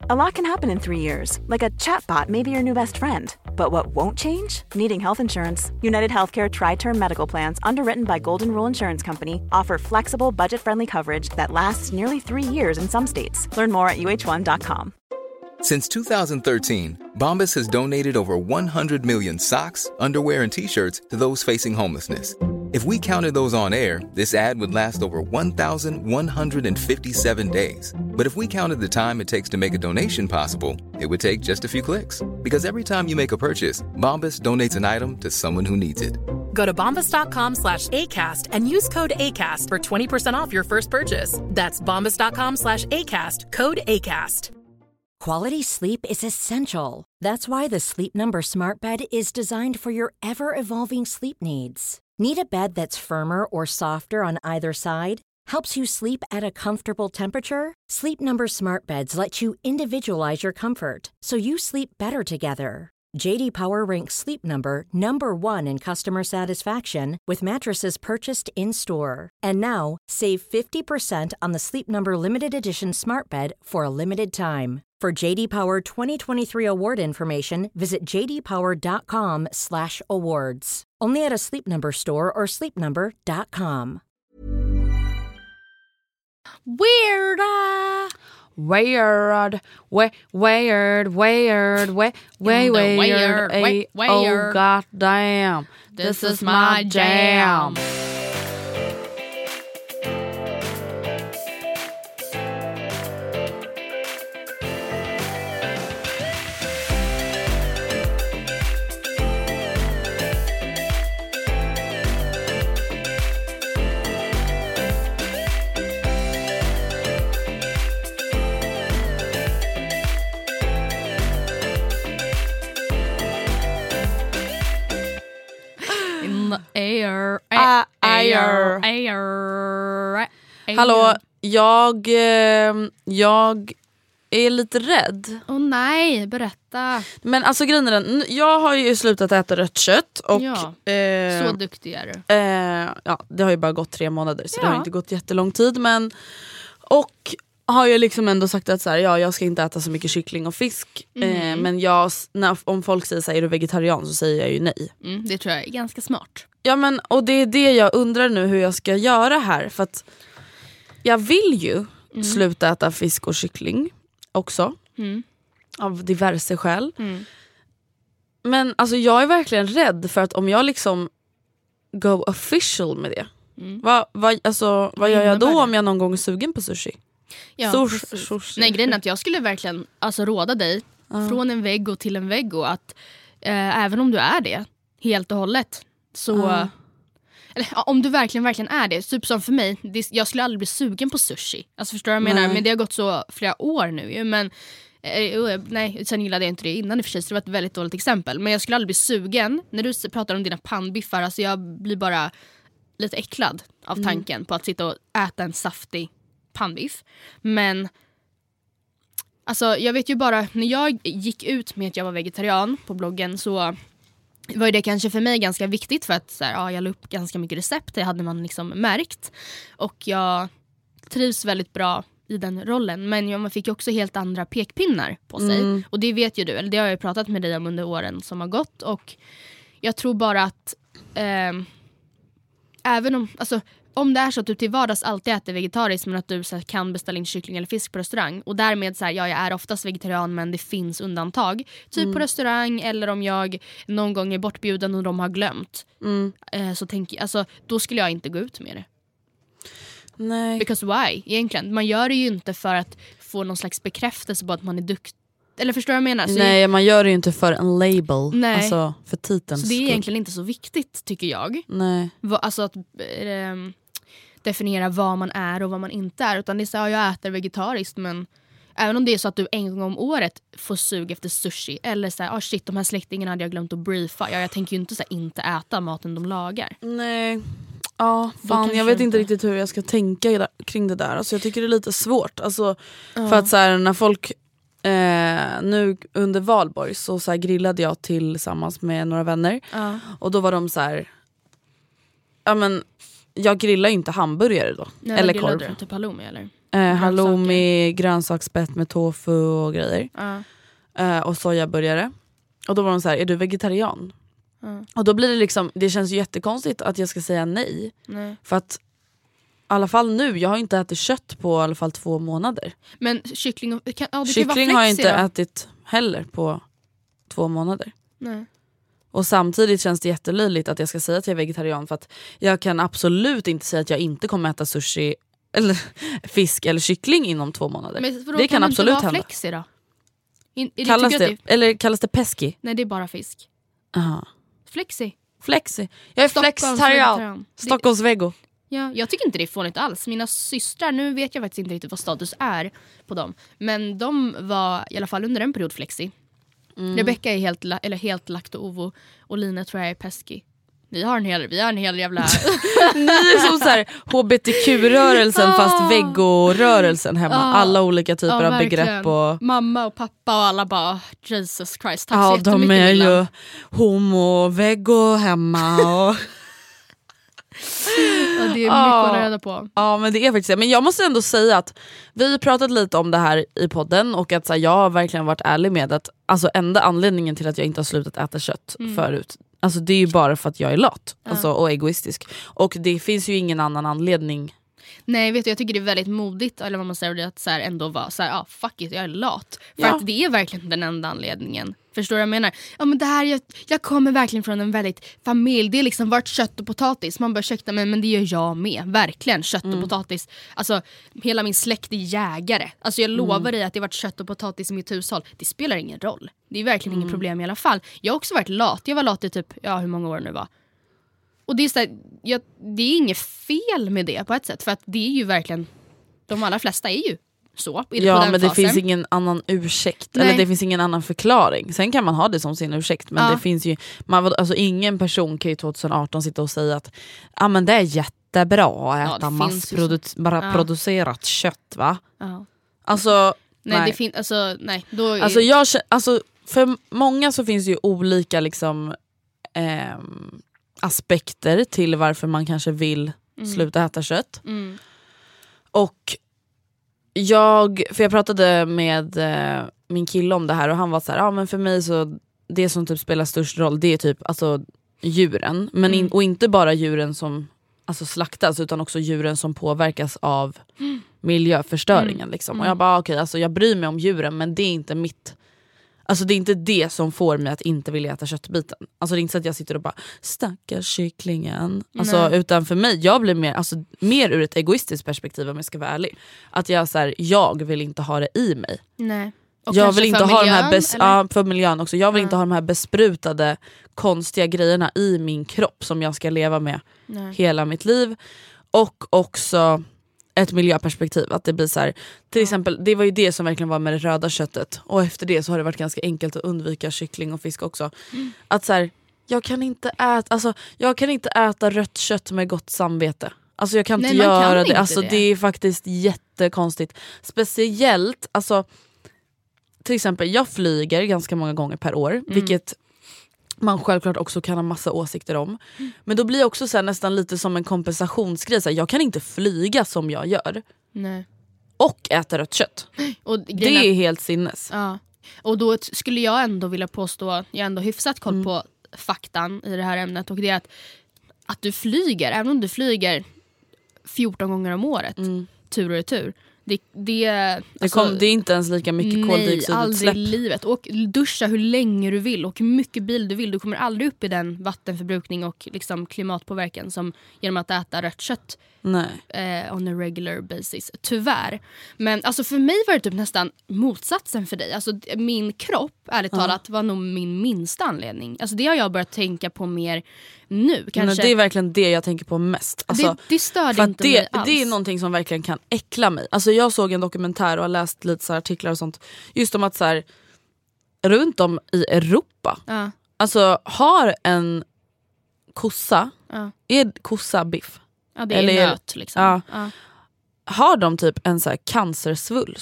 A lot can happen in 3 years, like a chatbot may be your new best friend. But what won't change? Needing health insurance. United Healthcare Tri-Term Medical Plans, underwritten by Golden Rule Insurance Company, offer flexible, budget-friendly coverage that lasts nearly 3 years in some states. Learn more at uh1.com. Since 2013, Bombas has donated over 100 million socks, underwear, and T-shirts to those facing homelessness. If we counted those on air, this ad would last over 1,157 days. But if we counted the time it takes to make a donation possible, it would take just a few clicks. Because every time you make a purchase, Bombas donates an item to someone who needs it. Go to bombas.com/ACAST and use code ACAST for 20% off your first purchase. That's bombas.com/ACAST, code ACAST. Quality sleep is essential. That's why the Sleep Number Smart Bed is designed for your ever-evolving sleep needs. Need a bed that's firmer or softer on either side? Helps you sleep at a comfortable temperature? Sleep Number Smart Beds let you individualize your comfort so you sleep better together. J.D. Power ranks Sleep Number #1 in customer satisfaction with mattresses purchased in-store. And now, save 50% on the Sleep Number Limited Edition Smart Bed for a limited time. For J.D. Power 2023 award information, visit jdpower.com/awards. Only at a Sleep Number store or sleepnumber.com. Weird, oh goddamn, this is my jam. Air. Hallå, jag är lite rädd. Åh nej, berätta. Men alltså grejen är den, jag har ju slutat äta rött kött och så duktig är du. Ja, det har ju bara gått 3 månader så det har inte gått jättelång tid, men och har jag liksom ändå sagt att så här, jag ska inte äta så mycket kyckling och fisk. Men om folk säger så här, är du vegetarian, så säger jag ju nej. Det tror jag är ganska smart. Ja, men och det är det jag undrar nu hur jag ska göra här, för att jag vill ju sluta äta fisk och kyckling också. Av diverse skäl. Men alltså jag är verkligen rädd för att om jag liksom go official med det. Vad gör jag då om jag någon gång är sugen på sushi? Ja, sushi. Nej, grejen är att jag skulle verkligen råda dig från en veggo till en veggo att även om du är det helt och hållet så eller om du verkligen är det, typ som för mig, jag skulle aldrig bli sugen på sushi. Alltså förstår du vad jag menar? Men det har gått så flera år nu ju, men nej, sen gillade jag inte det innan i och för sig, så det var ett väldigt dåligt exempel. Men jag skulle aldrig bli sugen när du pratar om dina pannbiffar. Alltså jag blir bara lite äcklad av tanken på att sitta och äta en saftig pannbiff. Men alltså jag vet ju bara, när jag gick ut med att jag var vegetarian på bloggen, så var det kanske för mig ganska viktigt, för att så här, jag la upp ganska mycket recept, det hade man liksom märkt, och jag trivs väldigt bra i den rollen. Men man fick ju också helt andra pekpinnar på sig, och det vet ju du, eller det har jag ju pratat med dig om under åren som har gått. Och jag tror bara att även om, alltså om det är så att du till vardags alltid äter vegetariskt, men att du så här, kan beställa in kyckling eller fisk på restaurang, och därmed så här, jag är oftast vegetarian men det finns undantag, typ på restaurang, eller om jag någon gång är bortbjuden och de har glömt, så tänker jag, alltså, då skulle jag inte gå ut med det. Nej. Because why? Egentligen, man gör det ju inte för att få någon slags bekräftelse på att man är duktig. Eller förstår jag menar? Så nej, man gör det ju inte för en label. Nej. Alltså för titelns så det är skull. egentligen inte så viktigt, tycker jag. Nej. Alltså att definiera vad man är och vad man inte är. Utan det är så här, jag äter vegetariskt, men även om det är så att du en gång om året får sug efter sushi, eller så här, shit, de här släktingarna hade jag glömt att briefa. Jag tänker ju inte så här, inte äta maten de lagar. Nej. Ja, fan, jag vet inte riktigt hur jag ska tänka kring det där. Alltså jag tycker det är lite svårt. Alltså, för att så här, när folk nu under valborg så här, grillade jag tillsammans med några vänner. Och då var de så här, ja men jag grillar ju inte hamburgare då. Nej, eller korv. Du typ halloumi eller? Halloumi, grönsaksspett med tofu och grejer. Och sojaburgare. Och då var de så här, är du vegetarian? Och då blir det liksom, det känns ju jättekonstigt att jag ska säga nej. För att i alla fall nu, jag har inte ätit kött på i alla fall 2 månader. Men kyckling har jag inte ätit heller på 2 månader. Nej. Och samtidigt känns det jättelöjligt att jag ska säga att jag är vegetarian, för att jag kan absolut inte säga att jag inte kommer äta sushi eller fisk eller kyckling inom 2 månader. Men det kan absolut hända. Flexi då? Kallas det pesky? Nej, det är bara fisk. Flexi. Jag är flexitarian. Stockholmsvego. Ja, jag tycker inte det är fånigt alls. Mina systrar, nu vet jag faktiskt inte riktigt vad status är på dem, men de var i alla fall under en period flexi. Rebecca är helt lacto-ovo och Lina tror jag är pesky. Vi har en hel jävla... Ni är som så här hbtq-rörelsen fast veggo-rörelsen hemma. Alla olika typer av begrepp. Och... mamma och pappa och alla bara, Jesus Christ, tack så jättemycket. De är ju homo-veggo hemma. Och... och det är mycket att reda på. Ja, men det är faktiskt det. Men jag måste ändå säga att vi har pratat lite om det här i podden, och att så här, jag har verkligen varit ärlig med att alltså, enda anledningen till att jag inte har slutat äta kött förut, alltså, det är ju bara för att jag är lat alltså, och egoistisk. Och det finns ju ingen annan anledning. Nej, vet du, jag tycker det är väldigt modigt, eller vad man säger, att så här, ändå vara så här, fuck it, jag är lat. För att det är verkligen den enda anledningen. Förstår du vad jag menar? Ja, men det här, jag kommer verkligen från en väldigt familj. Det är liksom varit kött och potatis. Man bara, ursäkta mig, men det gör jag med. Verkligen, kött och potatis. Alltså, hela min släkt är jägare. Alltså, jag lovar dig att det har varit kött och potatis i mitt hushåll. Det spelar ingen roll. Det är verkligen ingen problem i alla fall. Jag har också varit lat. Jag var lat i typ, hur många år nu var. Och det är, så här, det är inget fel med det på ett sätt. För att det är ju verkligen, de allra flesta är ju så. Ja, men det finns ingen annan ursäkt. Nej. Eller det finns ingen annan förklaring. Sen kan man ha det som sin ursäkt. Men det finns ju, alltså, ingen person kan ju 2018 sitta och säga att men det är jättebra att äta massproducerat kött, va? Alltså, nej. Det finns, alltså, nej. Då alltså, för många så finns det ju olika liksom aspekter till varför man kanske vill sluta äta kött. Och jag pratade med min kille om det här, och han var så här, men för mig så det som typ spelar störst roll, det är typ alltså djuren, men och inte bara djuren som alltså slaktas, utan också djuren som påverkas av miljöförstöringen liksom. Och jag bara okej, alltså jag bryr mig om djuren, men det är inte mitt. Alltså det är inte det som får mig att inte vilja äta köttbiten. Alltså det är inte så att jag sitter och bara stackars kycklingen. Alltså, utan för mig, jag blir mer ur ett egoistiskt perspektiv, om jag ska vara ärlig. Att jag vill inte ha det i mig. Nej. Och jag vill inte ha de här för miljön också. Jag vill inte ha de här besprutade konstiga grejerna i min kropp som jag ska leva med hela mitt liv. Och också ett miljöperspektiv, att det blir så här, till exempel, det var ju det som verkligen var med det röda köttet, och efter det så har det varit ganska enkelt att undvika kyckling och fisk också. Att så här, jag kan inte äta rött kött med gott samvete. Alltså jag kan inte göra det. Alltså det är faktiskt jättekonstigt. Speciellt, alltså till exempel, jag flyger ganska många gånger per år, vilket man självklart också kan ha massa åsikter om. Men då blir det också så här, nästan lite som en kompensationsgrej. Så här, jag kan inte flyga som jag gör. Nej. Och äta rött kött. Och det är helt sinnes. Ja. Och då skulle jag ändå vilja påstå, jag har ändå hyfsat koll på faktan i det här ämnet. Och det är att du flyger, även om du flyger 14 gånger om året, tur och retur. Det är inte ens lika mycket koldioxidutsläpp. Nej, aldrig i livet. Och duscha hur länge du vill och hur mycket bil du vill. Du kommer aldrig upp i den vattenförbrukning och liksom klimatpåverkan som genom att äta rött kött on a regular basis. Tyvärr. Men alltså för mig var det typ nästan motsatsen för dig. Alltså min kropp, ärligt talat, var nog min minsta anledning. Alltså det har jag börjat tänka på mer nu. Kanske. Men det är verkligen det jag tänker på mest. Alltså, det störde inte mig alls. Det är någonting som verkligen kan äckla mig. Alltså jag såg en dokumentär och har läst lite så här artiklar och sånt. Just om att så här, runt om i Europa, alltså har en kossa, är kossa biff? Ja, det är nöt liksom. Har de typ en så här cancersvulst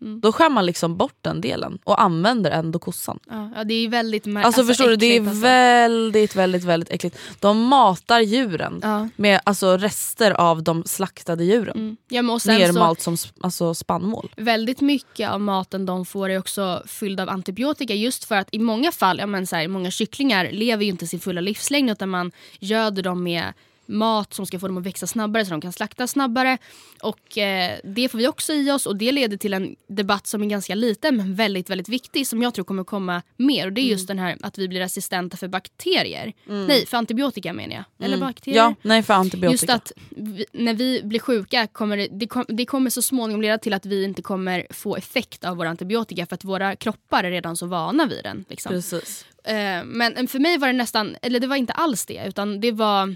Då skär man liksom bort den delen och använder ändå kossan. Ja, det är väldigt alltså förstår du, det är väldigt, väldigt, väldigt äckligt. De matar djuren med alltså rester av de slaktade djuren. Ja, men och sen nermalt som alltså spannmål. Väldigt mycket av maten de får är också fylld av antibiotika, just för att i många fall, många kycklingar lever ju inte sin fulla livslängd, utan man göder dem med mat som ska få dem att växa snabbare så de kan slakta snabbare. Och det får vi också i oss, och det leder till en debatt som är ganska liten men väldigt, väldigt viktig, som jag tror kommer komma mer. Och det är just den här att vi blir resistenta för bakterier. Nej, för antibiotika menar jag. Eller bakterier. Ja, nej, för antibiotika. Just att när vi blir sjuka kommer det kommer så småningom leda till att vi inte kommer få effekt av våra antibiotika, för att våra kroppar är redan så vana vid den. Liksom. Precis. Men för mig var det nästan, eller det var inte alls det, utan det var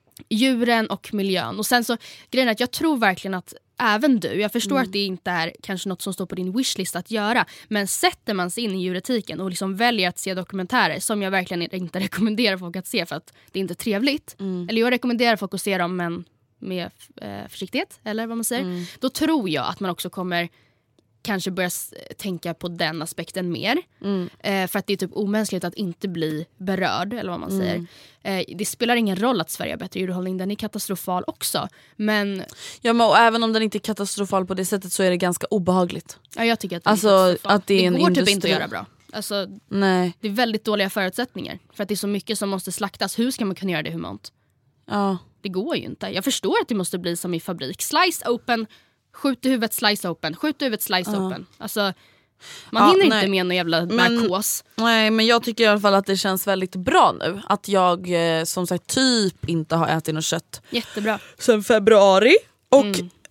djuren och miljön. Och sen så, grejen är att jag tror verkligen att även du, jag förstår att det inte är kanske något som står på din wishlist att göra, men sätter man sig in i djuretiken och liksom väljer att se dokumentärer, som jag verkligen inte rekommenderar folk att se för att det är inte trevligt, eller jag rekommenderar folk att se dem men med försiktighet, eller vad man säger, då tror jag att man också kommer kanske börja tänka på den aspekten mer. För att det är typ omänskligt att inte bli berörd, eller vad man säger. Det spelar ingen roll att Sverige har bättre djurhållning, den är katastrofal också. Men och även om den inte är katastrofal på det sättet, så är det ganska obehagligt. Ja, jag tycker att det är att det är en går industri. Typ inte att göra bra. Alltså, nej. Det är väldigt dåliga förutsättningar. För att det är så mycket som måste slaktas. Hur ska man kunna göra det humant? Ja. Det går ju inte. Jag förstår att det måste bli som i fabrik. Slice open, skjut i huvudet, slice open. Skjut i huvudet, slice open. Alltså, man hinner inte med någon jävla narkos. Nej, men jag tycker i alla fall att det känns väldigt bra nu. Att jag som sagt typ inte har ätit något kött. Jättebra. Sen februari. Och,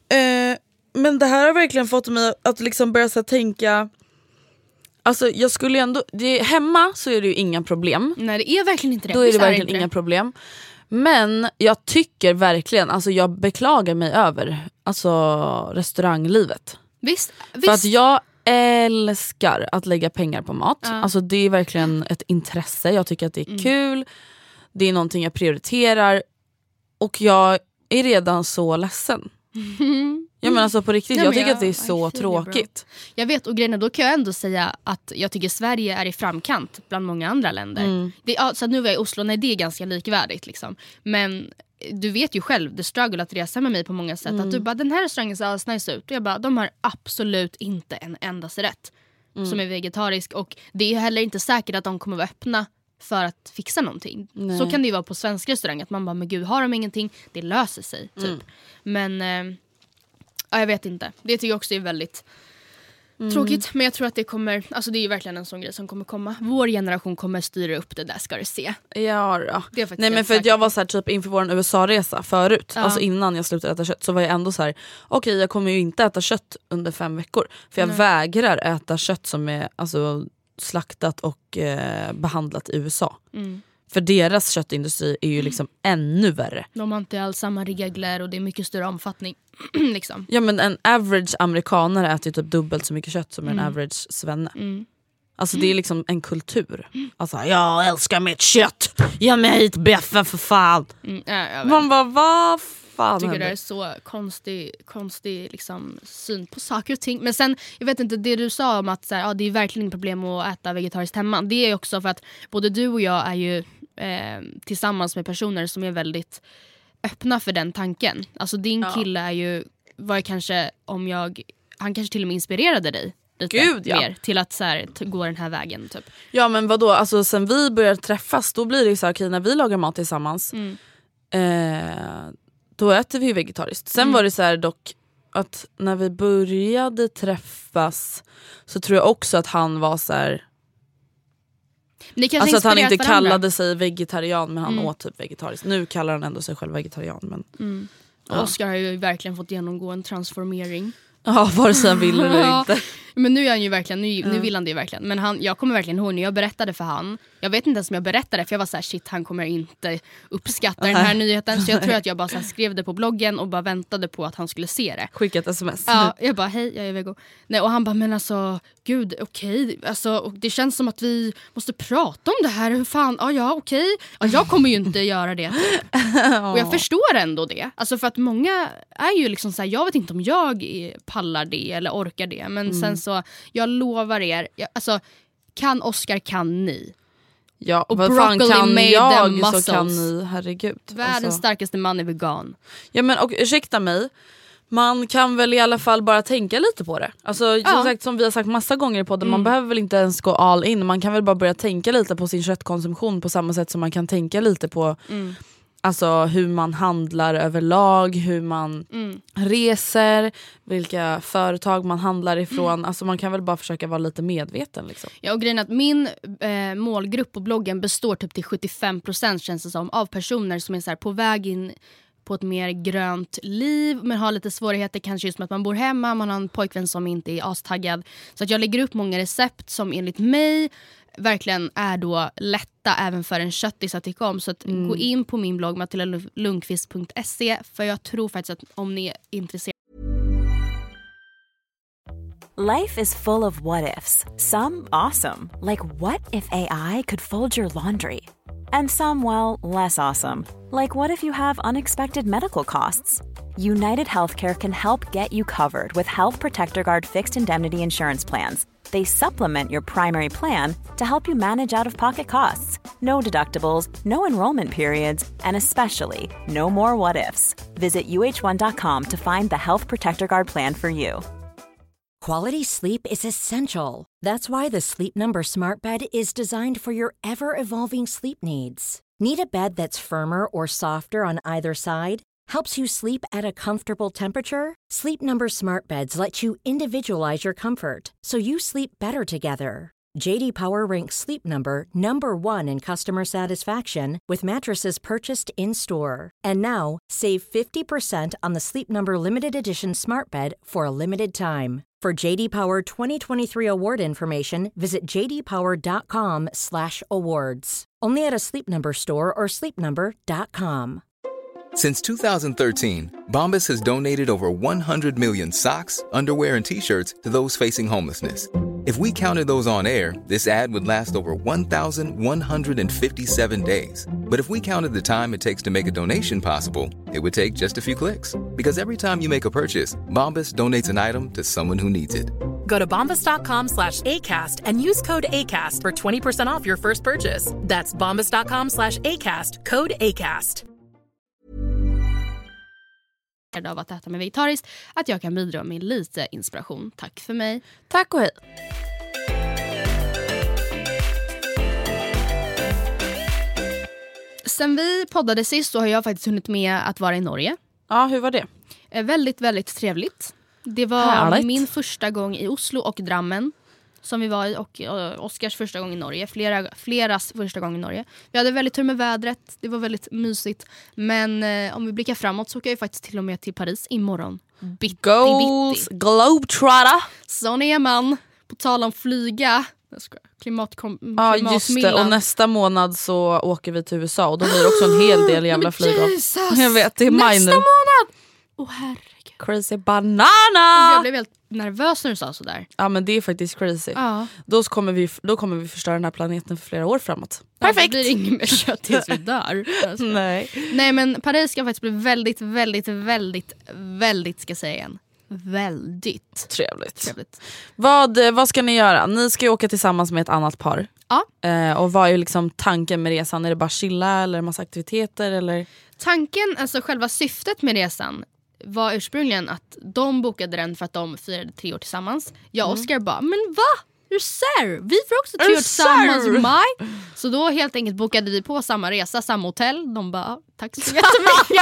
men det här har verkligen fått mig att liksom börja så tänka... Alltså jag skulle ändå... hemma så är det ju inga problem. Nej, det är verkligen inte det. Då är det verkligen inga problem. Men jag tycker verkligen, alltså jag beklagar mig över restauranglivet. Visst. För att jag älskar att lägga pengar på mat. Alltså det är verkligen ett intresse. Jag tycker att det är kul. Det är någonting jag prioriterar. Och jag är redan så ledsen. Ja, men alltså på riktigt, jag tycker att det är så tråkigt. Jag vet, och grejen, då kan jag ändå säga att jag tycker Sverige är i framkant bland många andra länder. Så nu var jag i Oslo, nej, det är ganska likvärdigt liksom. Men du vet ju själv, det struggle att resa med mig på många sätt. Att du bara, den här restaurangen ser alldeles nice ut. Och jag bara, de har absolut inte en endaste rätt som är vegetarisk. Och det är heller inte säkert att de kommer vara öppna för att fixa någonting. Nej. Så kan det ju vara på svenska restauranger, att man bara, men gud, har de ingenting, det löser sig typ. Men jag vet inte. Det tycker jag också är väldigt tråkigt, men jag tror att det kommer, alltså det är ju verkligen en sån grej som kommer komma. Vår generation kommer styra upp det där, ska du se. Ja då. Nej, men för att jag var så här, typ inför vår USA-resa förut, alltså innan jag slutade äta kött, så var jag ändå så här: okej, jag kommer ju inte äta kött under 5 veckor, för jag vägrar äta kött som är alltså slaktat och behandlat i USA. För deras köttindustri är ju liksom ännu värre. De har inte alls samma regler och det är mycket större omfattning. Liksom. Ja, men en average amerikanare äter typ dubbelt så mycket kött som en average svenne. Alltså det är liksom en kultur. Alltså, jag älskar mitt kött. Ge mig hit beffen för fan. Man bara, vad fan. Jag tycker det är så konstig liksom, syn på saker och ting. Men sen, jag vet inte, det du sa om att så här, det är verkligen inget problem att äta vegetariskt hemma. Det är också för att både du och jag är ju tillsammans med personer som är väldigt öppna för den tanken. Alltså din kille är ju, han kanske till och med inspirerade dig lite mer till att så här, gå den här vägen typ. Ja, men vadå, alltså sen vi började träffas, då blir det så här, okej, när vi lagar mat tillsammans då äter vi vegetariskt. Sen var det så här dock att när vi började träffas så tror jag också att han var så här, alltså att han inte kallade sig vegetarian, men han åt typ vegetariskt. Nu kallar han ändå sig själv vegetarian, men Oscar har ju verkligen fått genomgå en transformering. Ja, vare sig han vill eller inte. Men nu är han ju verkligen, nu vill han det ju verkligen. Men jag kommer verkligen ihåg när jag berättade för han. Jag vet inte ens om jag berättade, för jag var så här, shit, han kommer inte uppskatta den här nyheten. Så jag tror att jag bara så här, skrev det på bloggen och bara väntade på att han skulle se det. Skicka ett sms. Ja, jag bara, hej, jag är vego. Nej, och han bara, men alltså, gud, okej. Alltså, och det känns som att vi måste prata om det här. Hur fan, okej. Ja, jag kommer ju inte göra det. Och jag förstår ändå det. Alltså för att många är ju liksom så här, jag vet inte om jag pallar det eller orkar det. Men sen så, jag lovar er, alltså kan Oscar kan ni. Ja, och vad fan kan made jag them så kan muscles. ni, herregud. Världens Alltså. starkaste man är vegan. Ja men och ursäkta mig, man kan väl i alla fall bara tänka lite på det. Alltså som sagt, som vi har sagt massa gånger i podden, man behöver väl inte ens gå all in. Man kan väl bara börja tänka lite på sin köttkonsumtion på samma sätt som man kan tänka lite på alltså hur man handlar överlag, hur man reser, vilka företag man handlar ifrån. Alltså man kan väl bara försöka vara lite medveten liksom. Ja, och grejen är att min målgrupp på bloggen består typ till 75% känns det som av personer som är så här på väg in på ett mer grönt liv men har lite svårigheter kanske just med att man bor hemma, man har en pojkvän som inte är astaggad. Så att jag lägger upp många recept som enligt mig verkligen är då lätta även för en köttis att tycka om. Så att gå in på min blogg matillalundqvist.se för jag tror faktiskt att om ni är intresserade. Life is full of what-ifs. Some awesome, like what if AI could fold your laundry? And some, well, less awesome, like what if you have unexpected medical costs? United Healthcare can help get you covered with Health Protector Guard fixed indemnity insurance plans. They supplement your primary plan to help you manage out-of-pocket costs. No deductibles, no enrollment periods, and especially no more what-ifs. Visit uh1.com to find the Health Protector Guard plan for you. Quality sleep is essential. That's why the Sleep Number Smart Bed is designed for your ever-evolving sleep needs. Need a bed that's firmer or softer on either side? Helps you sleep at a comfortable temperature? Sleep Number Smart Beds let you individualize your comfort so you sleep better together. JD Power ranks Sleep Number number 1 in customer satisfaction with mattresses purchased in-store. And now, save 50% on the Sleep Number Limited Edition Smart Bed for a limited time. For JD Power 2023 award information, visit jdpower.com/awards. Only at a Sleep Number store or sleepnumber.com. Since 2013, Bombas has donated over 100 million socks, underwear, and T-shirts to those facing homelessness. If we counted those on air, this ad would last over 1,157 days. But if we counted the time it takes to make a donation possible, it would take just a few clicks. Because every time you make a purchase, Bombas donates an item to someone who needs it. Go to bombas.com/ACAST and use code ACAST for 20% off your first purchase. That's bombas.com/ACAST, code ACAST. Av att äta med vegetariskt, att jag kan bidra med lite inspiration. Tack för mig. Tack och hej. Sen vi poddade sist så har jag faktiskt hunnit med att vara i Norge. Ja, hur var det? Väldigt, väldigt trevligt. Det var härligt. Min första gång i Oslo och Drammen som vi var i, och Oscars första gång i Norge. Fleras första gång i Norge. Vi hade väldigt tur med vädret. Det var väldigt mysigt. Men om vi blickar framåt så åker jag faktiskt till och med till Paris imorgon. Goals, Globetrotter. Sån är man. På tal om flyga. Ja just det, och nästa månad så åker vi till USA och då blir det också en hel del jävla flyg. Jag vet, det är maj nu. Nästa månad! Åh herregud. Crazy banana! Jag blev helt nervös när du sa sådär. Ja men det är faktiskt crazy. Ja. Då kommer vi förstöra den här planeten för flera år framåt. Perfekt! Det blir ingen mer kött tills vi dör. Alltså. Nej men Paris ska faktiskt bli väldigt, väldigt, väldigt, väldigt ska jag säga igen. Väldigt trevligt. Vad ska ni göra? Ni ska ju åka tillsammans med ett annat par. Ja. Och vad är liksom tanken med resan? Är det bara chilla eller massa aktiviteter? Eller? Tanken, alltså själva syftet med resan var ursprungligen att de bokade den för att de firade 3 år tillsammans. Jag och Oscar bara, men va? Du ser, vi får också 3 år tillsammans i maj. Så då helt enkelt bokade vi på samma resa, samma hotell. De bara, tack så jättemycket.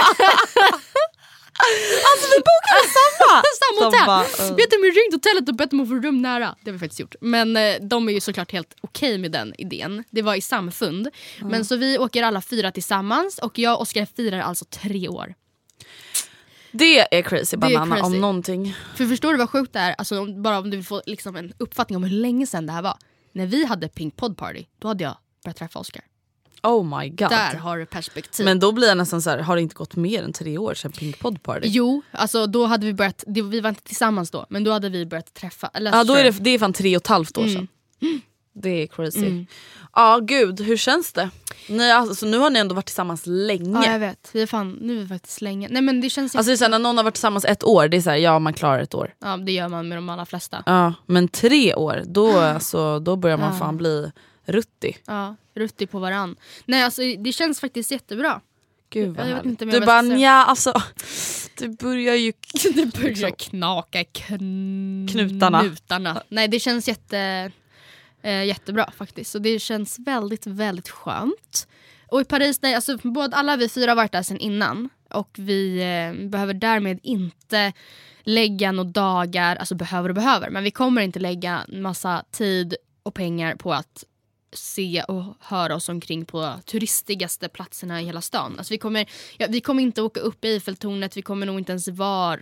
Alltså vi bokade samma hotell. Vet du, vi ringde hotellet och bett dem att få rum nära. Det har vi faktiskt gjort. Men de är ju såklart helt okej med den idén. Det var i samfund. Men så vi åker alla 4 tillsammans. Och jag och Oscar firar alltså 3 år. Det är crazy banana om någonting. För förstår du vad sjukt det är? Alltså, bara om du vill få liksom en uppfattning om hur länge sedan det här var. När vi hade Pink Pod Party, då hade jag börjat träffa Oscar. Oh my god. Där har du perspektiv. Men då blir jag nästan så här, har det inte gått mer än 3 år sedan Pink Pod Party? Jo, alltså då hade vi börjat, vi var inte tillsammans då, men då hade vi börjat träffa. Ja, då är det är fan 3,5 år sedan. Det är crazy. Ja, gud, hur känns det? Nej, alltså, nu har ni ändå varit tillsammans länge. Ja, jag vet. Nu är vi faktiskt länge. Nej, men det känns alltså, det är så här, när någon har varit tillsammans 1 år, det är så här, ja, man klarar 1 år. Ja, det gör man med de allra flesta. Ja, men 3 år, då börjar man fan bli ruttig. Ja, ruttig på varann. Nej, alltså det känns faktiskt jättebra. Gud vad härligt. Du bara, ja, alltså det börjar ju det börjar knaka knutarna. Nej, det känns jättebra faktiskt. Så det känns väldigt, väldigt skönt. Och i Paris, nej, alltså alla vi 4 har varit där sedan innan. Och vi behöver därmed inte lägga några dagar, alltså behöver. Men vi kommer inte lägga massa tid och pengar på att se och höra oss omkring på turistigaste platserna i hela stan. Alltså vi kommer inte åka upp i Eiffeltornet. Vi kommer nog inte ens vara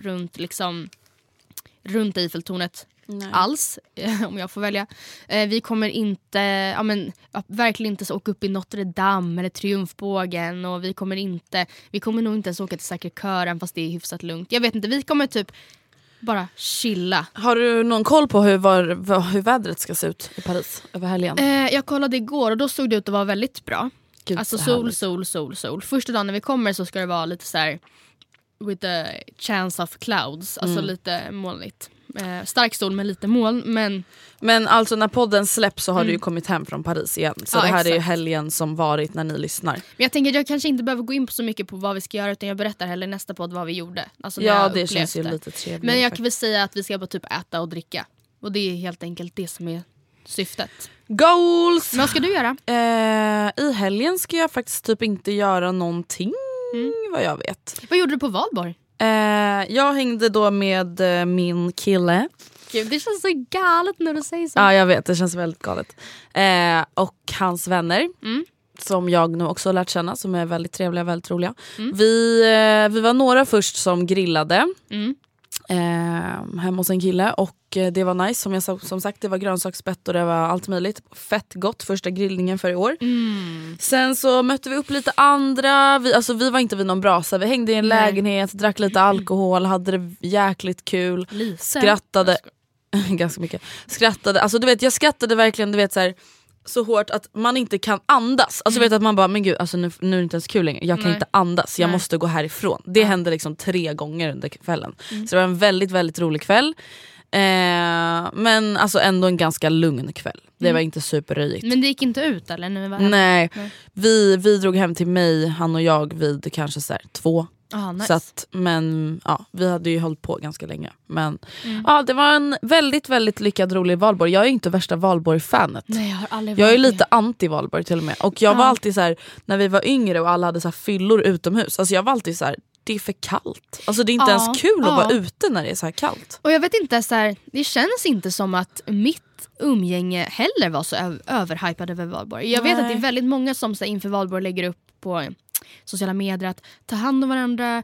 runt Eiffeltornet alls, om jag får välja. Vi kommer inte, verkligen inte så åka upp i Notre Dame eller Triumfbågen, och vi kommer nog inte ens åka till Sacré-Cœur, fast det är hyfsat lugnt. Jag vet inte, vi kommer typ bara chilla. Har du någon koll på hur vädret ska se ut i Paris över helgen? Jag kollade igår och då såg det ut att vara väldigt bra. Gud, alltså sol. Första dagen när vi kommer så ska det vara lite så här with a chance of clouds, alltså lite molnigt. Stark sol med lite moln, men alltså när podden släpps så har du ju kommit hem från Paris igen. Så det här exakt. Är ju helgen som varit när ni lyssnar. Men jag tänker att jag kanske inte behöver gå in på så mycket på vad vi ska göra, utan jag berättar heller nästa podd vad vi gjorde. Alltså ja, det känns ju lite trevligt. Men jag kan väl säga att vi ska bara typ äta och dricka. Och det är helt enkelt det som är syftet. Goals! Men vad ska du göra? I helgen ska jag faktiskt typ inte göra någonting, vad jag vet. Vad gjorde du på Valborg? Jag hängde då med min kille. Gud, det känns så galet när du säger så. Ja, jag vet, det känns väldigt galet. Och hans vänner, som jag nu också har lärt känna, som är väldigt trevliga, väldigt roliga. Vi var några först som grillade hemma hos en kille, och det var nice. Som sagt, det var grönsaksspett och det var allt möjligt. Fett gott, första grillningen för i år. Sen så mötte vi upp lite andra. Vi var inte vid någon brasa. Vi hängde i en lägenhet, drack lite alkohol, hade det jäkligt kul. Skrattade ganska mycket. Alltså du vet, jag skrattade verkligen, du vet så här, så hårt att man inte kan andas. Alltså vet att man bara, men gud, alltså nu är det inte ens kul längre. Jag kan inte andas, jag måste gå härifrån. Det hände liksom 3 gånger under kvällen. Så det var en väldigt, väldigt rolig kväll. Men alltså ändå en ganska lugn kväll. Det var inte superröjigt. Men det gick inte ut eller? När vi var Nej. Vi drog hem till mig, han och jag, vid kanske så här 2. Nice. Så att, men ja, vi hade ju hållit på ganska länge. Men ja, det var en väldigt, väldigt lyckad, rolig Valborg. Jag är inte värsta Valborg-fanet. Nej, jag är lite anti-Valborg till och med. Och jag var alltid så här, när vi var yngre och alla hade så här fyllor utomhus, alltså jag var alltid så här, det är för kallt. Alltså det är inte ens kul att vara ute när det är så här kallt. Och jag vet inte, så här, det känns inte som att mitt umgänge heller var så överhypad över Valborg. Jag vet att det är väldigt många som så här, inför Valborg lägger upp på sociala medier att ta hand om varandra,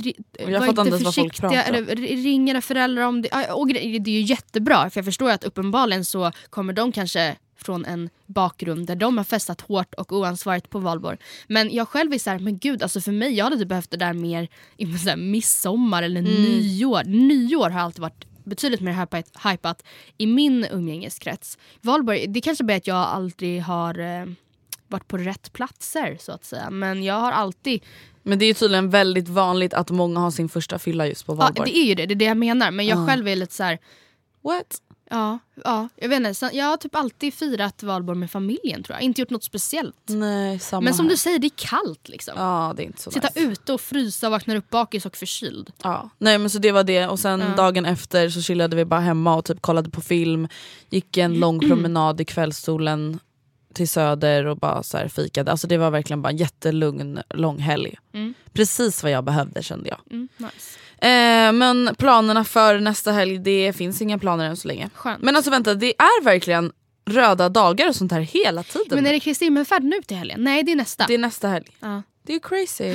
var inte försiktiga, eller ringa era föräldrar om det. Och det är ju jättebra, för jag förstår att uppenbarligen så kommer de kanske från en bakgrund där de har festat hårt och oansvarigt på Valborg. Men jag själv är så här, men gud, alltså för mig, jag hade behövt det där mer i så här, midsommar eller nyår. Nyår har alltid varit betydligt mer hypat i min umgängeskrets. Valborg, det kanske bara att jag aldrig har varit på rätt platser så att säga. Men jag har alltid... Men det är ju tydligen väldigt vanligt att många har sin första fylla just på Valborg. Ja, det är ju det. Det är det jag menar. Men jag själv är lite så här... What? Ja, jag vet inte. Jag har typ alltid firat Valborg med familjen, tror jag. Inte gjort något speciellt. Nej, samma. Men som du säger, det är kallt liksom. Ja, det är inte så sitta nice. Ute och frysa och vakna upp bakis och förkyld. Ja, nej men så det var det. Och sen dagen efter så chillade vi bara hemma och typ kollade på film. Gick en lång promenad i kvällssolen till Söder och bara så här fikade. Alltså det var verkligen bara en jättelugn lång helg. Precis vad jag behövde, kände jag. Nice. Men planerna för nästa helg, det finns inga planer än så länge. Skönt. Men alltså vänta, det är verkligen röda dagar och sånt här hela tiden. Men är det Kristi himmelfärd nu till helgen? Nej, det är nästa. Det är nästa helg. Det är ju crazy.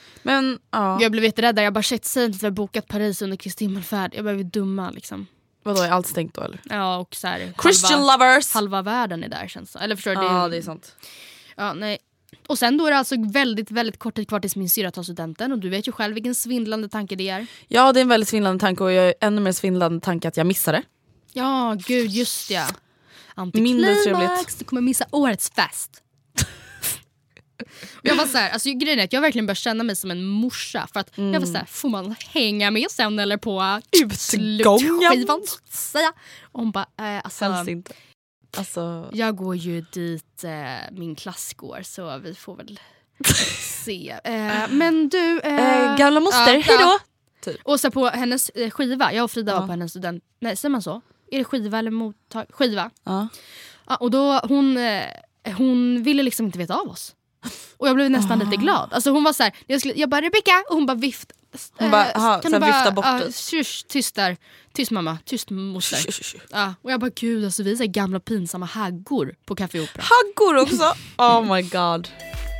Men jag blev jätterädd där. Jag bara säger inte att vi har bokat Paris under Kristi himmelfärd. Jag blev dumma liksom. Vadå, är allt stängt då eller? Ja, och så här, Christian lovers. Halva världen är där, känns det. Eller förstår du? Ja, det är sant. Ja, nej. Och sen då är det alltså väldigt, väldigt kort tid kvar tills min syra tar studenten. Och du vet ju själv vilken svindlande tanke det är. Ja, det är en väldigt svindlande tanke. Och jag är ännu mer svindlande tanke att jag missar det. Ja, gud, just ja. antiklimax, du kommer missa årets fest. Och jag var så här, alltså grejen är att jag verkligen började känna mig som en morsa. För att jag var så här, får man hänga med sen eller på utslutskivan? Och hon bara, alltså, inte. Alltså... Jag går ju dit min klass går, så vi får väl se. Men du... gamla moster, hejdå! Typ. Och så på hennes skiva, jag och Frida var på hennes student... Nej, säger man så? Är det skiva eller skiva? Ja, och då hon ville liksom inte veta av oss. Och jag blev nästan lite glad. Alltså hon var så här, jag bara Rebecca, och hon bara vifta. Hon bara, kan du bara vifta bort det? Tyst där. Tyst mamma, tyst moster. Ja, och jag bara gud, alltså vi är så här gamla pinsamma haggor på Café Opera. Haggor också? Oh my god.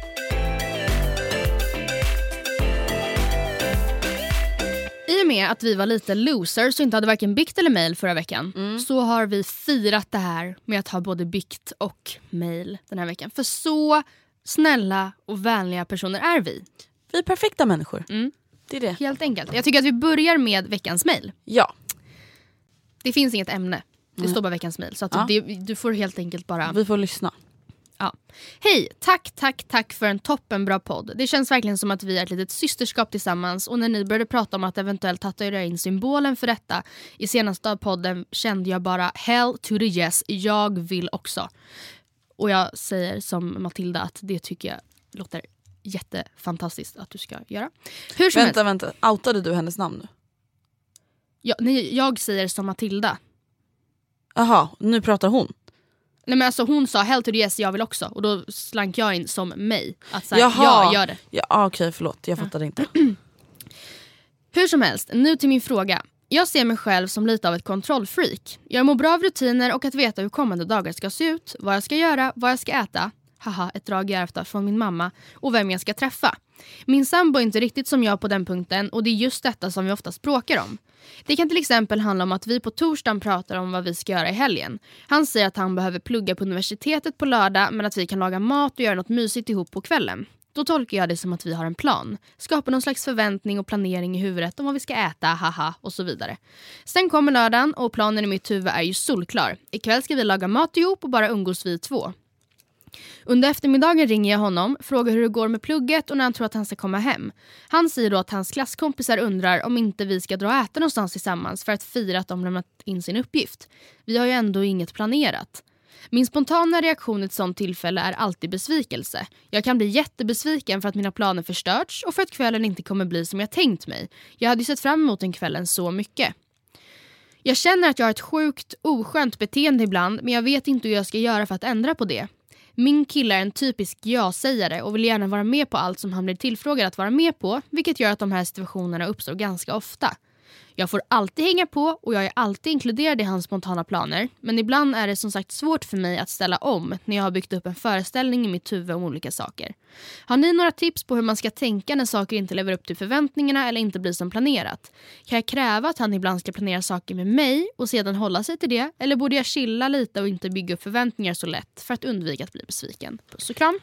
I och med att vi var lite losers och inte hade varken bikt eller mail förra veckan, så har vi firat det här med att ha både bikt och mail den här veckan. För så snälla och vänliga personer är vi. Vi är perfekta människor. Det är det. Helt enkelt. Jag tycker att vi börjar med veckans mail. Ja. Det finns inget ämne. Det står bara veckans mail. Så att du får helt enkelt bara... Vi får lyssna. Ja. Hej, tack för en toppenbra podd. Det känns verkligen som att vi är ett litet systerskap tillsammans. Och när ni började prata om att eventuellt tatuera in symbolen för detta i senaste av podden kände jag bara hell to the yes, jag vill också. Och jag säger som Matilda att det tycker jag låter jättefantastiskt att du ska göra. Hur som vänta, outade du hennes namn nu? Ja, nej, jag säger som Matilda. Aha, nu pratar hon. Nej, men alltså hon sa hell to the yes, jag vill också. Och då slank jag in som mig. Att säga, jag gör det. Ja, okej, förlåt, jag fattade inte. Hur som helst, nu till min fråga. Jag ser mig själv som lite av ett kontrollfreak. Jag mår bra av rutiner och att veta hur kommande dagar ska se ut. Vad jag ska göra, vad jag ska äta. Haha, ett drag jag ärvt från min mamma. Och vem jag ska träffa. Min sambo är inte riktigt som jag på den punkten. Och det är just detta som vi ofta bråkar om. Det kan till exempel handla om att vi på torsdagen pratar om vad vi ska göra i helgen. Han säger att han behöver plugga på universitetet på lördag, men att vi kan laga mat och göra något mysigt ihop på kvällen. Då tolkar jag det som att vi har en plan. Skapar någon slags förväntning och planering i huvudet om vad vi ska äta, haha och så vidare. Sen kommer lördagen och planen i mitt huvud är ju solklar. Ikväll ska vi laga mat ihop och bara umgås vi två. Under eftermiddagen ringer jag honom, frågar hur det går med plugget och när han tror att han ska komma hem. Han säger då att hans klasskompisar undrar om inte vi ska dra och äta någonstans tillsammans för att fira att de lämnat in sin uppgift. Vi har ju ändå inget planerat. Min spontana reaktion i ett sånt tillfälle är alltid besvikelse. Jag kan bli jättebesviken för att mina planer förstörts och för att kvällen inte kommer bli som jag tänkt mig. Jag hade ju sett fram emot den kvällen så mycket. Jag känner att jag har ett sjukt oskönt beteende ibland, men jag vet inte hur jag ska göra för att ändra på det. Min kille är en typisk ja-sägare och vill gärna vara med på allt som han blir tillfrågad att vara med på, vilket gör att de här situationerna uppstår ganska ofta. Jag får alltid hänga på och jag är alltid inkluderad i hans spontana planer, men ibland är det som sagt svårt för mig att ställa om när jag har byggt upp en föreställning i mitt huvud om olika saker. Har ni några tips på hur man ska tänka när saker inte lever upp till förväntningarna eller inte blir som planerat? Kan jag kräva att han ibland ska planera saker med mig och sedan hålla sig till det? Eller borde jag chilla lite och inte bygga upp förväntningar så lätt för att undvika att bli besviken? Puss och kram.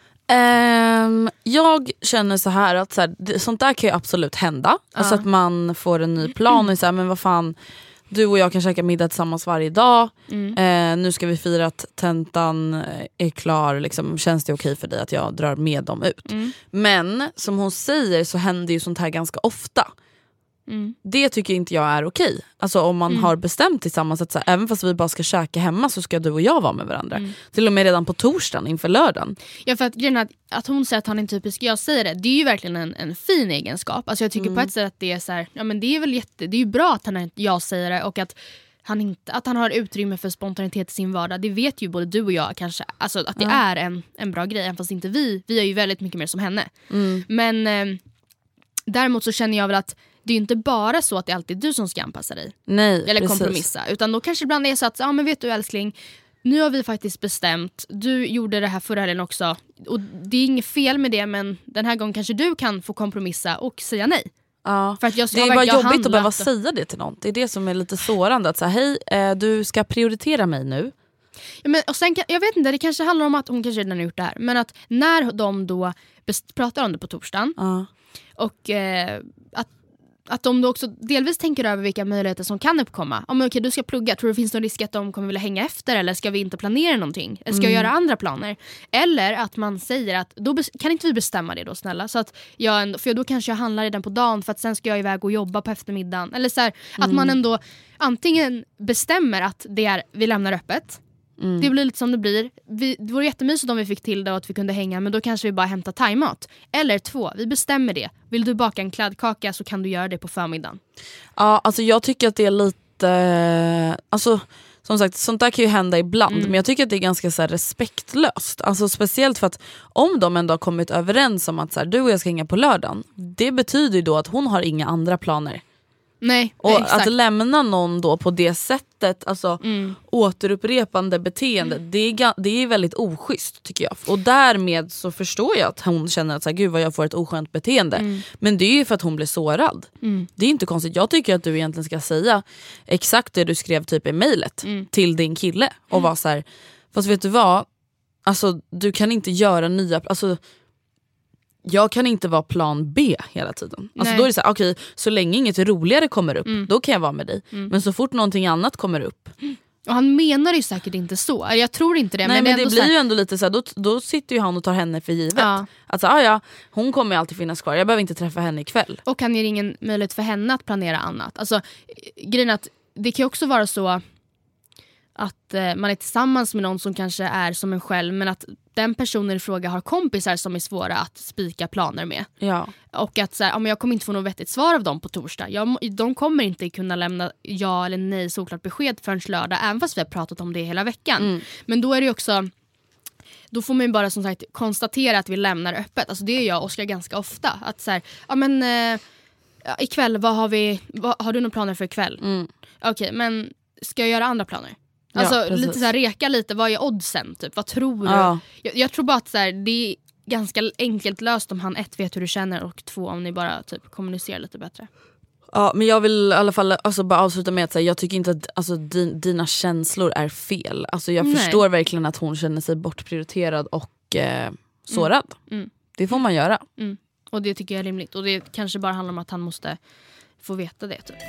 Jag känner så här att sånt där kan ju absolut hända. Alltså att man får en ny plan och så här, men vad fan, du och jag kan käka middag tillsammans varje dag. Nu ska vi fira att tentan är klar, liksom, känns det okej för dig att jag drar med dem ut? Men som hon säger så händer ju sånt här ganska ofta. Det tycker inte jag är okej. Alltså om man har bestämt tillsammans att så här, även fast vi bara ska käka hemma så ska du och jag vara med varandra. Till och med redan på torsdagen inför lördagen. Ja, för att hon säger att han är typisk jag säger det är ju verkligen en fin egenskap. Alltså jag tycker på ett sätt att det är så här, ja men det är väl det är ju bra att han är jag säger det och att han har utrymme för spontanitet i sin vardag. Det vet ju både du och jag kanske, alltså att det är en bra grej, fast inte vi är ju väldigt mycket mer som henne. Men däremot så känner jag väl att det är ju inte bara så att det är alltid du som ska anpassa dig. Nej, eller precis. Kompromissa. Utan då kanske ibland är det så att, ja men vet du älskling, nu har vi faktiskt bestämt. Du gjorde det här förra helgen också. Och det är inget fel med det, men den här gången kanske du kan få kompromissa och säga nej. Ja. För att jag det är bara jobbigt att behöva säga det till någon. Det är det som är lite sårande. Att säga, hej, du ska prioritera mig nu. Ja, men, och sen, jag vet inte, det kanske handlar om att hon kanske redan har gjort det här. Men att när de då pratar om det på torsdagen och att om du också delvis tänker över vilka möjligheter som kan uppkomma. Om okej, du ska plugga, tror du det finns någon risk att de kommer vilja hänga efter, eller ska vi inte planera någonting? Eller ska jag göra andra planer? Eller att man säger att då kan inte vi bestämma det då, snälla? Så att för då kanske jag handlar redan på dagen för att sen ska jag iväg och jobba på eftermiddagen. Eller så här, att man ändå antingen bestämmer att vi lämnar öppet. Det blir lite som det blir. Det vore jättemysigt om vi fick till det och att vi kunde hänga, men då kanske vi bara hämtar thaimat. Eller 2, vi bestämmer det. Vill du baka en kladdkaka så kan du göra det på förmiddagen. Ja, alltså jag tycker att det är lite... Alltså, som sagt, sånt där kan ju hända ibland. Men jag tycker att det är ganska så här, respektlöst. Alltså, speciellt för att om de ändå har kommit överens om att så här, du och jag ska hänga på lördagen. Det betyder ju då att hon har inga andra planer. Nej, och exakt. att lämna någon då på det sättet, alltså återupprepande beteende, det är väldigt oschysst tycker jag. Och därmed så förstår jag att hon känner att så här, gud vad jag får ett oskönt beteende. Men det är ju för att hon blir sårad. Det är inte konstigt. Jag tycker att du egentligen ska säga exakt det du skrev typ i mejlet till din kille och vara så här, fast vet du vad? Alltså du kan inte göra nya, alltså jag kan inte vara plan B hela tiden. Alltså då är det så här, okej, så länge inget roligare kommer upp, då kan jag vara med dig. Men så fort någonting annat kommer upp. Och han menar ju säkert inte så. Jag tror inte det. Nej, men det blir ju ändå lite så här, då sitter ju han och tar henne för givet. Ja. Alltså, hon kommer ju alltid finnas kvar. Jag behöver inte träffa henne ikväll. Och han ger ingen möjlighet för henne att planera annat. Alltså, grejen är att det kan ju också vara så att man är tillsammans med någon som kanske är som en själv, men att den personen i fråga har kompisar som är svåra att spika planer med. Ja. Och att så här, jag kommer inte få något vettigt svar av dem på torsdag. De kommer inte kunna lämna ja eller nej såklart besked förrän lördag, även fast vi har pratat om det hela veckan. Men då är det ju också, då får man ju bara som sagt konstatera att vi lämnar öppet. Alltså det är jag och Oskar ganska ofta. Att så här, ikväll, har du några planer för ikväll? Okej, men ska jag göra andra planer? Alltså lite så här, reka lite, vad är oddsen typ? Vad tror du? Jag tror bara att så här, det är ganska enkelt löst om han 1 vet hur du känner och 2 om ni bara typ kommunicerar lite bättre. Ja, men jag vill i alla fall bara avsluta med att säga, jag tycker inte att alltså, dina känslor är fel. Alltså, jag förstår verkligen att hon känner sig bortprioriterad och sårad. Det får man göra. Och det tycker jag är rimligt. Och det kanske bara handlar om att han måste få veta det typ.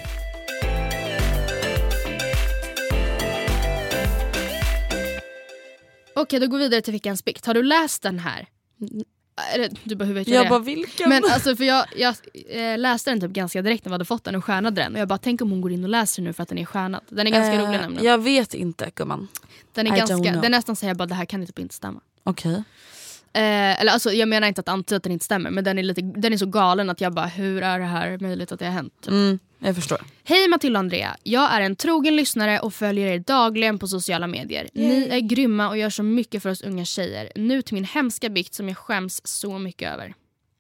Okej, då går vi vidare till veckans bikt. Har du läst den här? Du bara, hur vet jag det? Bara, vilken? Men alltså, för jag läste den typ ganska direkt när vi hade fått den och stjärnade den. Och jag bara, tänk om hon går in och läser den nu för att den är stjärnad. Den är ganska rolig nämligen. Jag vet inte, gumman. Den är nästan säger bara, det här kan inte stämma. Okej. Eller alltså, jag menar inte att antyda att den inte stämmer, men den är så galen att jag bara, hur är det här möjligt att det har hänt? Typ. Jag förstår. Hej Matilda och Andrea, jag är en trogen lyssnare och följer er dagligen på sociala medier. Ni är grymma och gör så mycket för oss unga tjejer. Nu till min hemska bikt som jag skäms så mycket över.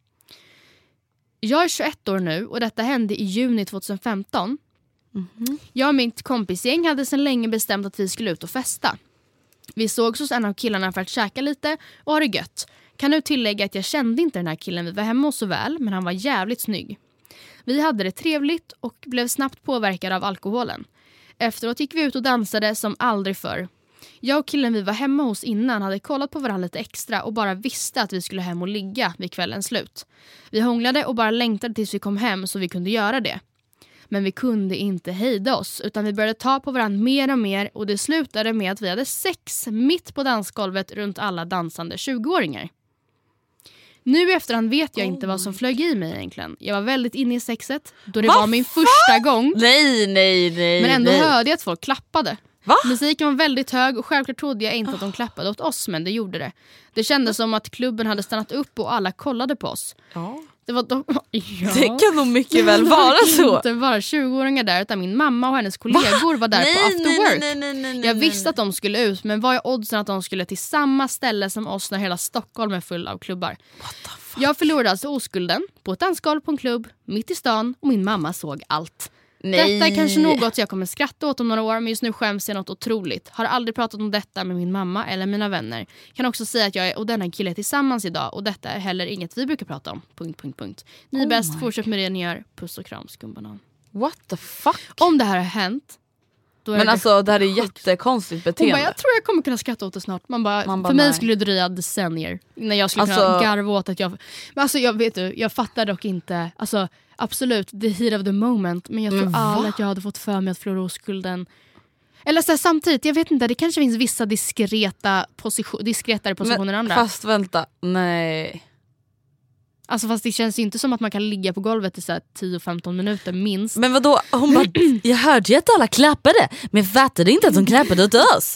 Jag är 21 år nu och detta hände i juni 2015. Jag och mitt kompisgäng hade sedan länge bestämt att vi skulle ut och festa. Vi sågs hos en av killarna för att käka lite och ha det gött. Kan nu tillägga att jag kände inte den här killen vi var hemma hos så väl, men han var jävligt snygg. Vi hade det trevligt och blev snabbt påverkade av alkoholen. Efteråt gick vi ut och dansade som aldrig förr. Jag och killen vi var hemma hos innan hade kollat på varandra lite extra och bara visste att vi skulle hem och ligga vid kvällens slut. Vi hånglade och bara längtade tills vi kom hem så vi kunde göra det. Men vi kunde inte hejda oss utan vi började ta på varandra mer och mer och det slutade med att vi hade sex mitt på dansgolvet runt alla dansande 20-åringar. Nu i efterhand vet jag inte vad som flög i mig egentligen. Jag var väldigt inne i sexet då det var min första gång. Nej. Men ändå hörde jag att folk klappade. Va? Musiken var väldigt hög och självklart trodde jag inte att de klappade åt oss, men det gjorde det. Det kändes som att klubben hade stannat upp och alla kollade på oss. Ja. Det var Det kan nog mycket väl vara så. Inte bara 20-åringar där utan min mamma och hennes kollegor var där på after work. Nej, jag visste att de skulle ut, men vad är oddsen att de skulle till samma ställe som oss när hela Stockholm är full av klubbar? Jag förlorade alltså oskulden på ett dansgolv på en klubb mitt i stan och min mamma såg allt. Nej. Detta är kanske något jag kommer skratta åt om några år, men just nu skäms jag något otroligt. Har aldrig pratat om detta med min mamma eller mina vänner. Kan också säga att jag och denna kille är tillsammans idag och detta är heller inget vi brukar prata om. ... Ni är bäst, fortsätt med det ni gör. Puss och kram, skumbanan. What the fuck? Om det här har hänt Men alltså det här är jättekonstigt beteende. Hon bara, jag tror jag kommer kunna skratta åt det snart. Man bara för mig skulle det dröja decennier när jag skulle kunna garva åt att jag... Men alltså jag fattar dock inte. Alltså absolut, the heat of the moment. Men jag tror aldrig att jag hade fått för mig att förlora oskulden. Eller så här, samtidigt, jag vet inte, det kanske finns vissa diskretare positioner än andra. Fast vänta, nej. Alltså fast det känns ju inte som att man kan ligga på golvet i så här 10-15 minuter minst. Men vadå, hon bara, jag hörde ju att alla klappade, men fattade inte att de klappade åt oss.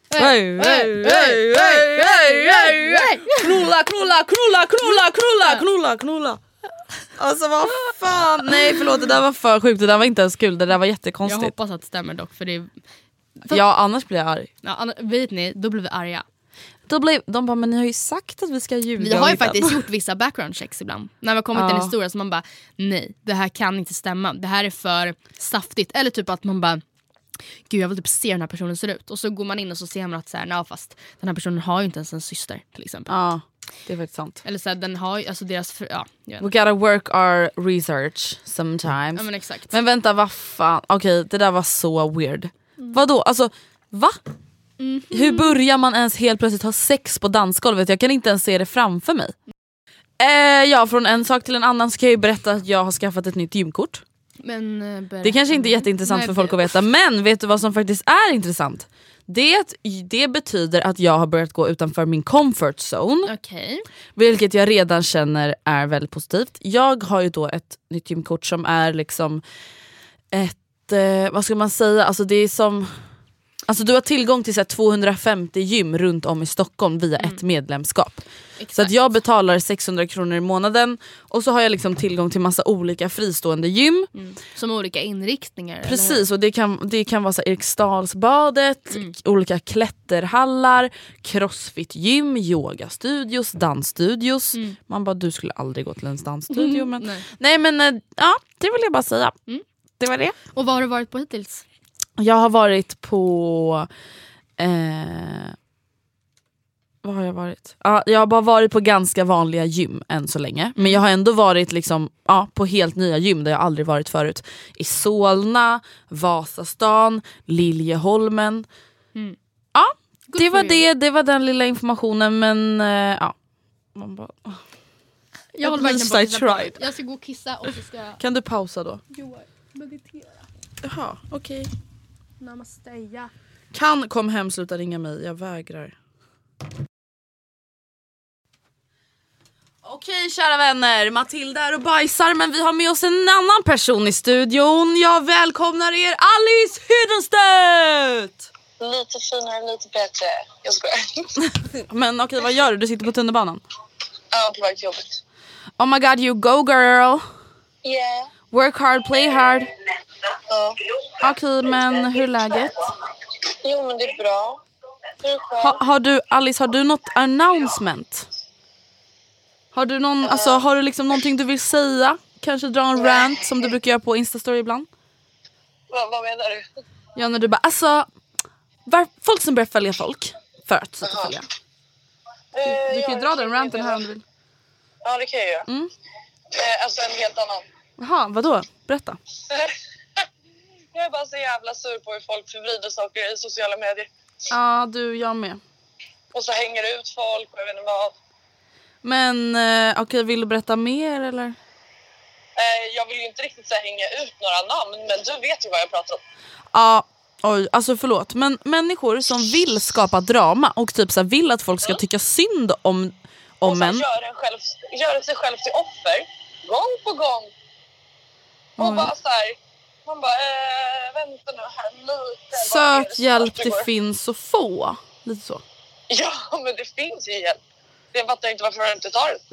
Knulla. Alltså vad fan. Nej förlåt, det där var för sjukt. Det där var inte ens kul, det där var jättekonstigt. Jag hoppas att det stämmer dock, för det är... Ja, annars blir jag arg. Ja, vet ni, då blir vi arga. De bara, men ni har ju sagt att vi ska ljuga. Vi har ju faktiskt gjort vissa background checks ibland. När vi har kommit till en historia så man bara, nej, det här kan inte stämma. Det här är för saftigt. Eller typ att man bara, gud jag vill typ se hur den här personen ser ut. Och så går man in och så ser man att så här, fast den här personen har ju inte ens en syster till exempel. Ja, det är faktiskt sant. Eller så här, den har ju, alltså deras, we gotta work our research sometimes. Ja men exakt. Men vänta, vad fan. Okej, det där var så weird. Vadå, alltså, va? Hur börjar man ens helt plötsligt ha sex på dansgolvet? Jag kan inte ens se det framför mig. Ja, från en sak till en annan ska jag ju berätta att jag har skaffat ett nytt gymkort. Men, det kanske inte är jätteintressant för folk att veta. Men vet du vad som faktiskt är intressant? Det betyder att jag har börjat gå utanför min comfort zone. Okay. Vilket jag redan känner är väldigt positivt. Jag har ju då ett nytt gymkort som är liksom ett, vad ska man säga? Alltså det är som... Alltså du har tillgång till så här 250 gym runt om i Stockholm via ett medlemskap. Exakt. Så att jag betalar 600 kronor i månaden. Och så har jag liksom tillgång till massa olika fristående gym. Som olika inriktningar. Precis, och det kan vara så här Eriksdalsbadet, olika klätterhallar, crossfit-gym, yogastudios, dansstudios. Man bara, du skulle aldrig gå till en dansstudio. Men... Nej men ja, det vill jag bara säga. Det var det. Och vad har du varit på hittills? Jag har varit på... vad har jag varit? Jag har bara varit på ganska vanliga gym än så länge. Men jag har ändå varit liksom, på helt nya gym där jag aldrig varit förut. I Solna, Vasastan, Liljeholmen. Ja, det var det. Det var den lilla informationen. Men ja. Man bara... Jag håller verkligen på att kissa. Jag ska gå och kissa och så ska jag... Kan du pausa då? Jo, meditera. Jaha, okej. Okay. Namaste. Kom hem, sluta ringa mig. Jag vägrar. Okej, kära vänner. Matilda är och bajsar, men vi har med oss en annan person i studion. Jag välkomnar er, Alice Hydenstedt! Lite finare, lite bättre. Jag skojar. Men okej, vad gör du? Du sitter på tunnelbanan? Ja, på väg till jobbet. Oh my god, you go girl. Yeah. Work hard, play hard. Ja. Okej, men hur är läget? Jo, men det är bra. Hur är det själv? Alice, har du något announcement? Har du någon, alltså har du liksom någonting du vill säga? Kanske dra en rant som du brukar göra på Instastory ibland? Vad menar du? Ja, när du bara, alltså folk som börjar följa folk för att sätta följa. Du kan ju dra den ranten här om du vill. Ja, det kan jag göra. Alltså en helt annan. Jaha, vadå? Berätta. Jag är bara så jävla sur på hur folk förvrider saker i sociala medier. Ja, jag med. Och så hänger det ut folk och jag vet inte vad. Men okej, vill du berätta mer eller? Jag vill ju inte riktigt så här hänga ut några namn, men du vet ju vad jag pratar om. Ja, oj, alltså förlåt. Men människor som vill skapa drama och typ så här, vill att folk ska tycka synd om en. Gör sig själv till offer gång på gång. Och bara så här, man bara vänta nu här lite. Sök hjälp, det finns så få. Lite så. Ja, men det finns ju hjälp. Jag fattar inte varför jag inte tar det.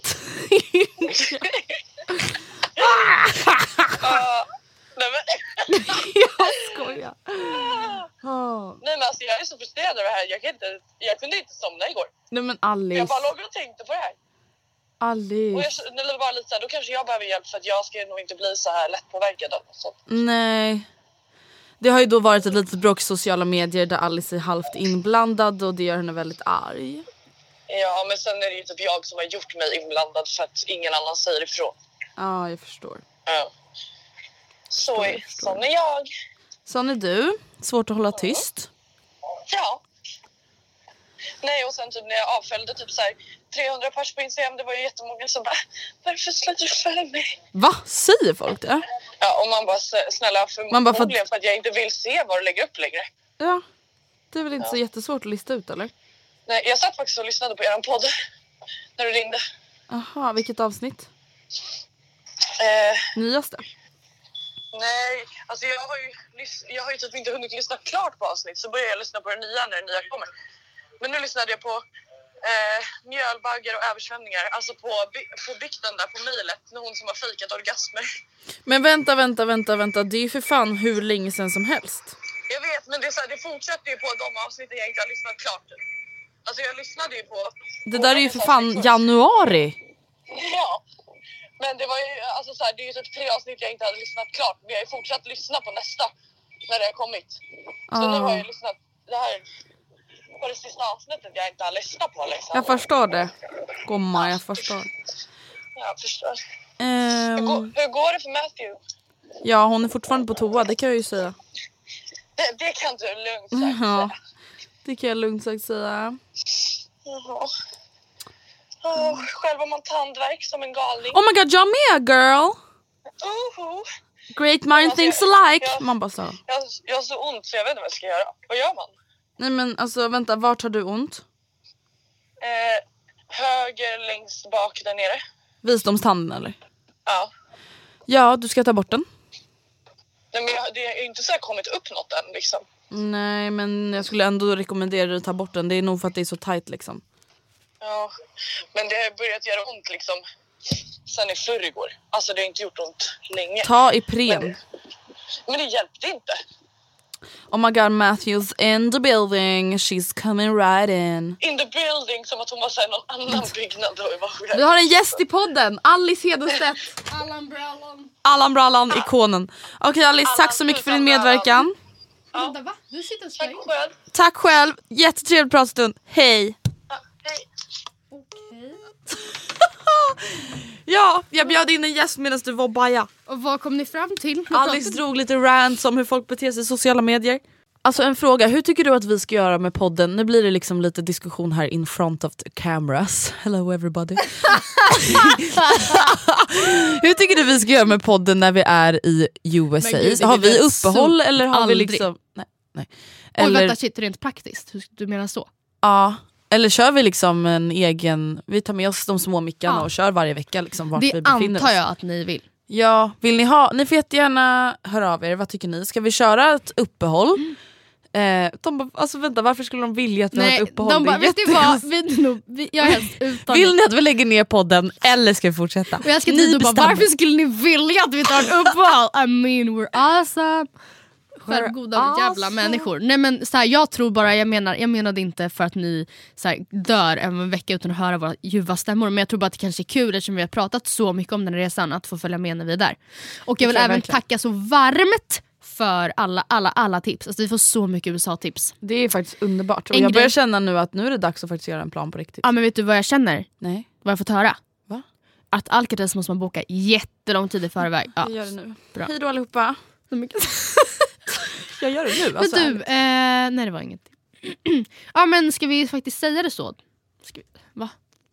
Nej, men... Jag skojar. Nej, men alltså, jag är så frustrerad över det här. Jag kunde inte somna igår. Nej, men Alice. Jag bara låg och tänkte på det här. Alice. Och det var lite så här, då kanske jag behöver hjälp för att jag ska nog inte bli så här lättpåverkad av något. Nej. Det har ju då varit ett litet bråk i sociala medier där Alice är halvt inblandad och det gör henne väldigt arg. Ja, men sen är det ju typ jag som har gjort mig inblandad för att ingen annan säger ifrån. Ja, jag förstår. Ja. Sån är jag. Sån är du. Svårt att hålla tyst. Ja. Nej, och sen typ när jag avföljde typ så här 300 pers på Instagram, det var ju jättemånga som bara, varför slutar du följa mig? Va? Säger folk det? Ja, och man bara, snälla, förmodligen för att jag inte vill se vad du lägger upp längre. Ja, det är väl inte så jättesvårt att lista ut, eller? Nej, jag satt faktiskt och lyssnade på eran podd när du ringde. Aha, vilket avsnitt? Nyaste? Nej, alltså jag har ju typ inte hunnit lyssna klart på avsnitt, så börjar jag lyssna på det nya när det nya kommer. Men nu lyssnade jag på mjölbaggar och översvämningar, alltså på bikten där på mejlet, när hon som har fikat orgasmer. Men vänta, det är ju för fan hur länge sedan som helst. Jag vet, men det, är så här, det fortsätter ju på de avsnitten jag inte har lyssnat klart. Alltså jag lyssnade ju på... Det där är ju för fan januari. Ja, men det var ju, alltså så här, det är ju typ 3 avsnitt jag inte hade lyssnat klart. Men jag har ju fortsatt lyssna på nästa när det har kommit. Så nu har jag lyssnat, det här var det sista avsnittet jag inte har lyssnat på liksom. Jag förstår det. Gomma, jag förstår. Jag förstår. Hur går det för Matthew? Ja, hon är fortfarande på toa, det kan jag ju säga. Det kan du lugnt sagt säga. Det kan jag lugnt sagt säga. Själv har man tandvärk som en galning. Oh my god, jag med, girl! Great mind thinks alike. Man bara så. Jag har så ont så jag vet inte vad jag ska göra. Vad gör man? Nej men alltså vänta, vart har du ont? Höger längst bak där nere. Visdomstanden eller? Ja. Ja, du ska ta bort den. Nej, men det är ju inte så här kommit upp något än liksom. Nej, men jag skulle ändå rekommendera dig att ta bort den. Det är nog för att det är så tight liksom. Ja, men det har börjat göra ont liksom sen i förrgår. Alltså det har inte gjort ont länge. Ta Ipren. Men det hjälpte inte. Oh my god, Matthew's in the building. She's coming right in. In the building, som att hon var så här någon annan byggnad. Vi har en gäst i podden, Alice Hedenstedt. Allan Brallan, ikonen. Okej Alice, tack så mycket för din medverkan. Ja. Va? Du sitter och tack själv. Tack själv, jättetrevlig pratstund. Hej. Ja, hej. Okej. Ja, jag bjöd in en gäst medan du var baja. Och vad kom ni fram till? Alice drog lite rants om hur folk beter sig i sociala medier. Alltså en fråga, hur tycker du att vi ska göra med podden? Nu blir det liksom lite diskussion här in front of the cameras. Hello everybody. Hur tycker du vi ska göra med podden när vi är i USA? Gud, har vi uppehåll eller har vi liksom... Nej. Eller... vänta, shit, rent praktiskt. Du menar så? Ja, eller kör vi liksom en egen... Vi tar med oss de små mickarna och kör varje vecka liksom vart vi befinner oss. Det antar jag att ni vill. Ja, vill ni ha? Ni får jättegärna höra av er. Vad tycker ni? Ska vi köra ett uppehåll? De bara, alltså vänta, varför skulle de vilja att vi har ett uppehåll? De bara, vet du vad? Jag är helt utan. Vill ni att vi lägger ner podden eller ska vi fortsätta? Och jag ska ni bara, varför skulle ni vilja att vi tar ett uppehåll? I mean, we're awesome. Självgoda jävla människor. Nej men så här, jag tror bara, jag menade inte för att ni så här, dör en vecka utan att höra våra ljuva stämmor, men jag tror bara att det kanske är kul eftersom vi har pratat så mycket om den här resan att få följa med när vi är där. Och jag vill även tacka så varmt för alla tips. Alltså vi får så mycket USA-tips. Det är faktiskt underbart. Och jag börjar känna nu att nu är det dags att faktiskt göra en plan på riktigt. Ja men vet du vad jag känner? Nej. Vad jag fått höra? Va? Att Alcatraz måste man boka jättelång tid i förväg. Ja. Jag gör det nu. Bra. Hej då allihopa. Jag gör det nu. Alltså, men du, nej det var inget. Ja men ska vi faktiskt säga det så? Va?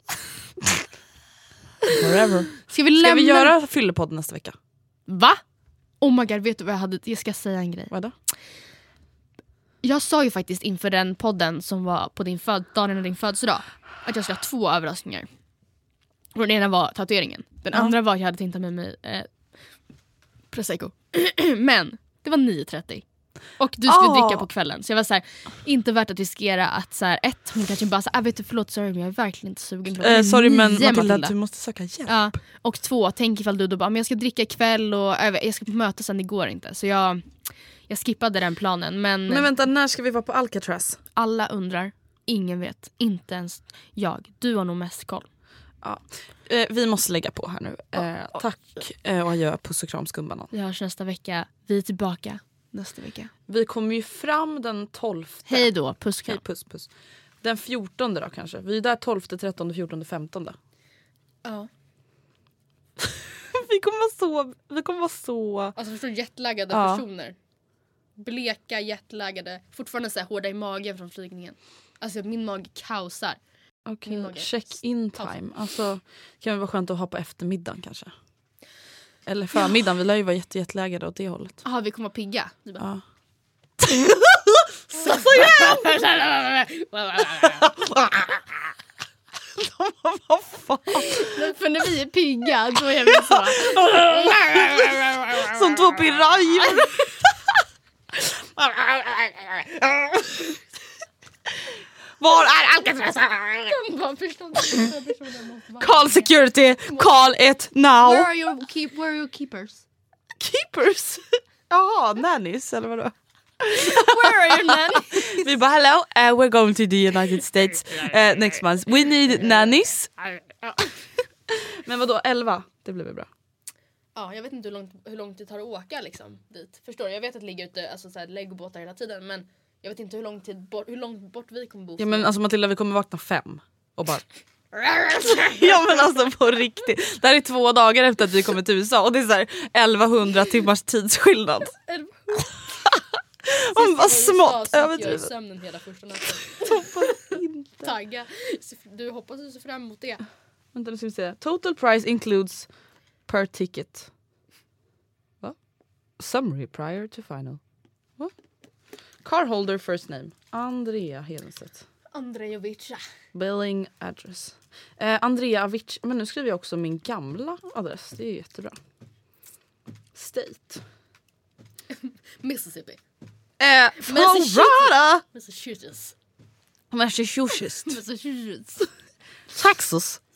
Whatever. Ska vi göra fyllepodden nästa vecka? Va? Oh my god, vet du vad jag ska säga en grej. Vadå? Jag sa ju faktiskt inför den podden som var på dagen av din födelsedag att jag skulle ha 2 överraskningar. Och den ena var tatueringen. Den andra var att jag hade tänkt med mig Prosecco. Men det var 9:30. Och du skulle dricka på kvällen. Så jag var så här, inte värt att riskera att så här, hon kanske bara så här, vet du, förlåt, sorry men jag är verkligen inte sugen. Sorry men Matilda, du måste söka hjälp. Ja. Och 2, tänk ifall du då bara, men jag ska dricka ikväll och jag ska på möte sen, det går inte. Så jag skippade den planen. Men vänta, när ska vi vara på Alcatraz? Alla undrar, ingen vet, inte ens jag. Du har nog mest koll. Ja. Vi måste lägga på här nu. Tack och adjö, puss och kram, skumbanan. Vi hörs nästa vecka. Vi är tillbaka nästa vecka. Vi kommer ju fram den 12. Hej då, puss. Hej, puss. Den 14 då kanske. Vi är där 12, 13, 14, 15. Ja. vi kommer vara så... Alltså förstår, jetlaggade personer. bleka, jetlaggade, fortfarande så här hårda i magen från flygningen. Alltså min mage kaosar. Okej, check-in time. Alltså, kan det vara skönt att ha på eftermiddagen kanske? Eller förmiddagen, vi lär ju vara jättelägade åt det hållet. Jaha, vi kommer pigga. Ja. Så vad fan? För när vi är pigga, då är vi så. Som två pirajer. Var är Alcatraz? Call security. Call it now. Where are your keepers? Keepers? Jaha, nannies eller vadå? Where are your nannies? Vi bara hello, we're going to the United States next month. We need nannies. Men vadå, 11? Det blir väl bra. Ja, jag vet inte hur långt det tar att åka liksom, dit. Förstår du? Jag vet att det ligger ute alltså, så här, legobåtar hela tiden. Men jag vet inte hur långt bort vi kommer bo. Ja men alltså Matilda, vi kommer vakna 5. Och bara... Ja men alltså på riktigt. Det här är 2 dagar efter att vi kommer till USA. Och det är så här 1100 timmars tidsskillnad. Om vad smått överdrivet. Jag sömnen hela första natten. Tagga. Du hoppas du ser fram emot det. Vänta, nu ska vi se. Total price includes per ticket. Va? Summary prior to final. Va? Car holder first name. Andrea Hedenstedt. Andrejovic. Billing address. Andrea Avic. Men nu skriver jag också min gamla adress. Det är jättebra. State. Mississippi. Florida. Massachusetts. Texas.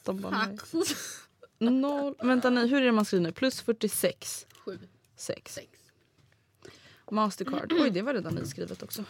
Vänta nej, hur är det man skriver nu? Plus 46. 7. 6. Mastercard. Oj, det var redan nyskrivet också.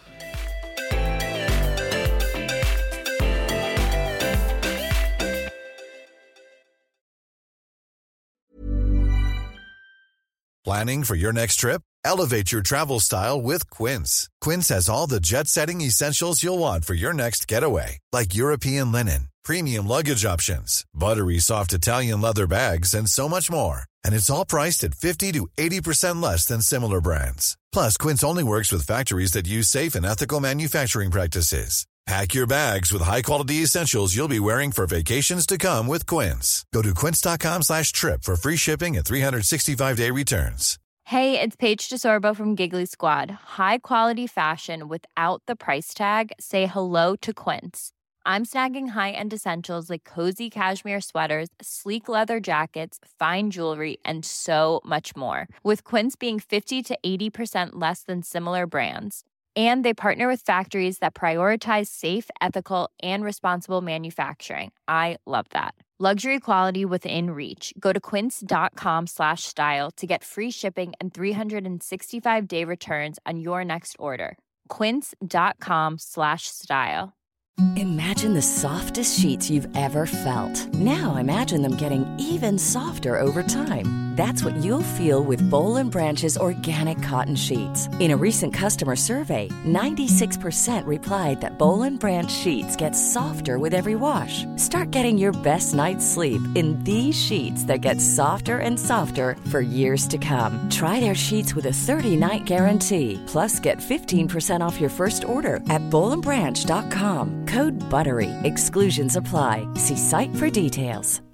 Planning for your next trip? Elevate your travel style with Quince. Quince has all the jet-setting essentials you'll want for your next getaway, like European linen, premium luggage options, buttery soft Italian leather bags, and so much more. And it's all priced at 50 to 80% less than similar brands. Plus, Quince only works with factories that use safe and ethical manufacturing practices. Pack your bags with high-quality essentials you'll be wearing for vacations to come with Quince. Go to quince.com/trip for free shipping and 365-day returns. Hey, it's Paige DeSorbo from Giggly Squad. High quality fashion without the price tag. Say hello to Quince. I'm snagging high-end essentials like cozy cashmere sweaters, sleek leather jackets, fine jewelry, and so much more. With Quince being 50 to 80% less than similar brands. And they partner with factories that prioritize safe, ethical, and responsible manufacturing. I love that. Luxury quality within reach. Go to quince.com/style to get free shipping and 365-day returns on your next order. Quince.com/style. Imagine the softest sheets you've ever felt. Now imagine them getting even softer over time. That's what you'll feel with Boll & Branch's organic cotton sheets. In a recent customer survey, 96% replied that Boll & Branch sheets get softer with every wash. Start getting your best night's sleep in these sheets that get softer and softer for years to come. Try their sheets with a 30-night guarantee. Plus, get 15% off your first order at bollandbranch.com. Code BUTTERY. Exclusions apply. See site for details.